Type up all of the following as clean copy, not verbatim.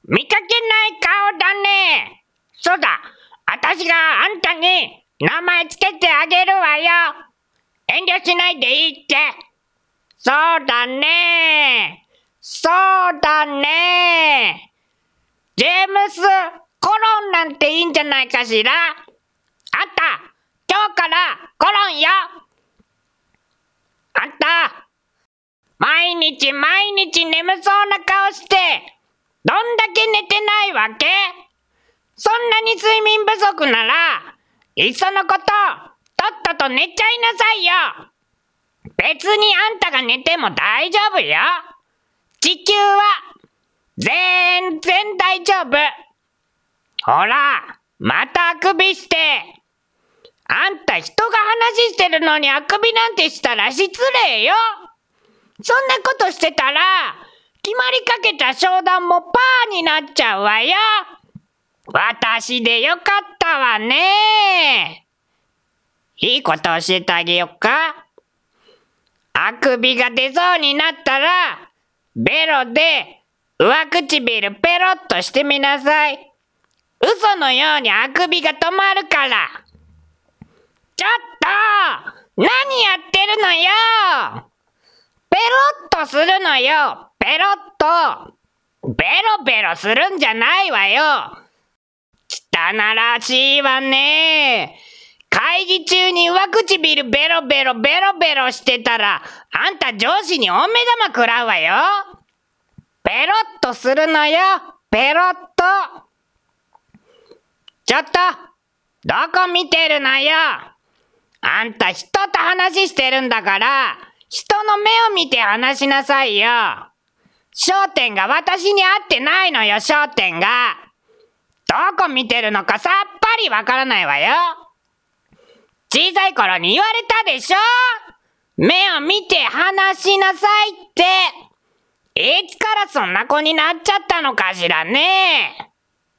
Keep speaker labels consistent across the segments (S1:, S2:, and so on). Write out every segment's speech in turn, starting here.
S1: 見かけない顔だね。そうだ、私があんたに名前つけてあげるわよ。遠慮しないでいいって。そうだね。そうだね。ジェームス・コロンなんていいんじゃないかしら。あんた、今日からコロンよ。あんた、毎日眠そうな顔して、どんだけ寝てないわけ？そんなに睡眠不足なら、いっそのこと、とっとと寝ちゃいなさいよ。別にあんたが寝ても大丈夫よ。地球は、全然大丈夫。ほら、またあくびして。あんた人が話してるのにあくびなんてしたら失礼よ。そんなことしてたら、決まりかけた商談もパーになっちゃうわよ。私でよかったわね。いいこと教えてあげよっか。あくびが出そうになったら、ベロで上唇ペロッとしてみなさい。嘘のようにあくびが止まるから。ちょっと、何やってるのよ。ペロッとするのよ。ペロッと。ベロベロするんじゃないわよ。汚らしいわね。会議中に上唇ベロベロしてたら、あんた上司にお目玉食らうわよ。ペロッとするのよ。ペロッと。ちょっと、どこ見てるのよ。あんた人と話してるんだから、人の目を見て話しなさいよ。焦点が私に合ってないのよ、焦点が。どこ見てるのかさっぱりわからないわよ。小さい頃に言われたでしょ？目を見て話しなさいって。いつからそんな子になっちゃったのかしらね。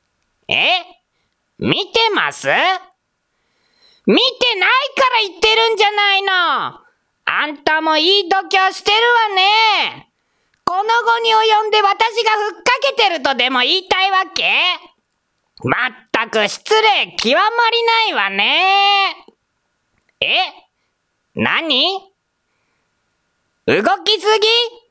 S1: 見てます？見てないから言ってるんじゃないの。あんたもいい度胸してるわね。この後に及んで私がふっかけてるとでも言いたいわけ？まったく失礼極まりないわね。何？動きす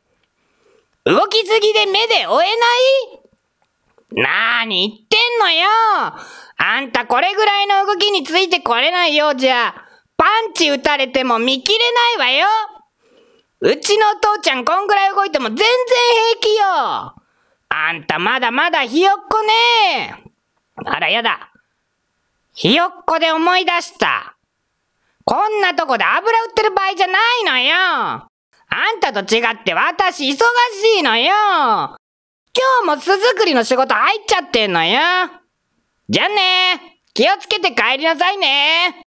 S1: ぎで目で追えない？なーに言ってんのよ。あんたこれぐらいの動きについてこれないようじゃ、パンチ打たれても見切れないわよ。うちのお父ちゃんこんぐらい動いても全然平気よ。あんたまだまだひよっこね。あらやだ。ひよっこで思い出した。こんなとこで油売ってる場合じゃないのよ。あんたと違って私忙しいのよ。今日も巣作りの仕事入っちゃってんのよ。じゃあね。気をつけて帰りなさいね。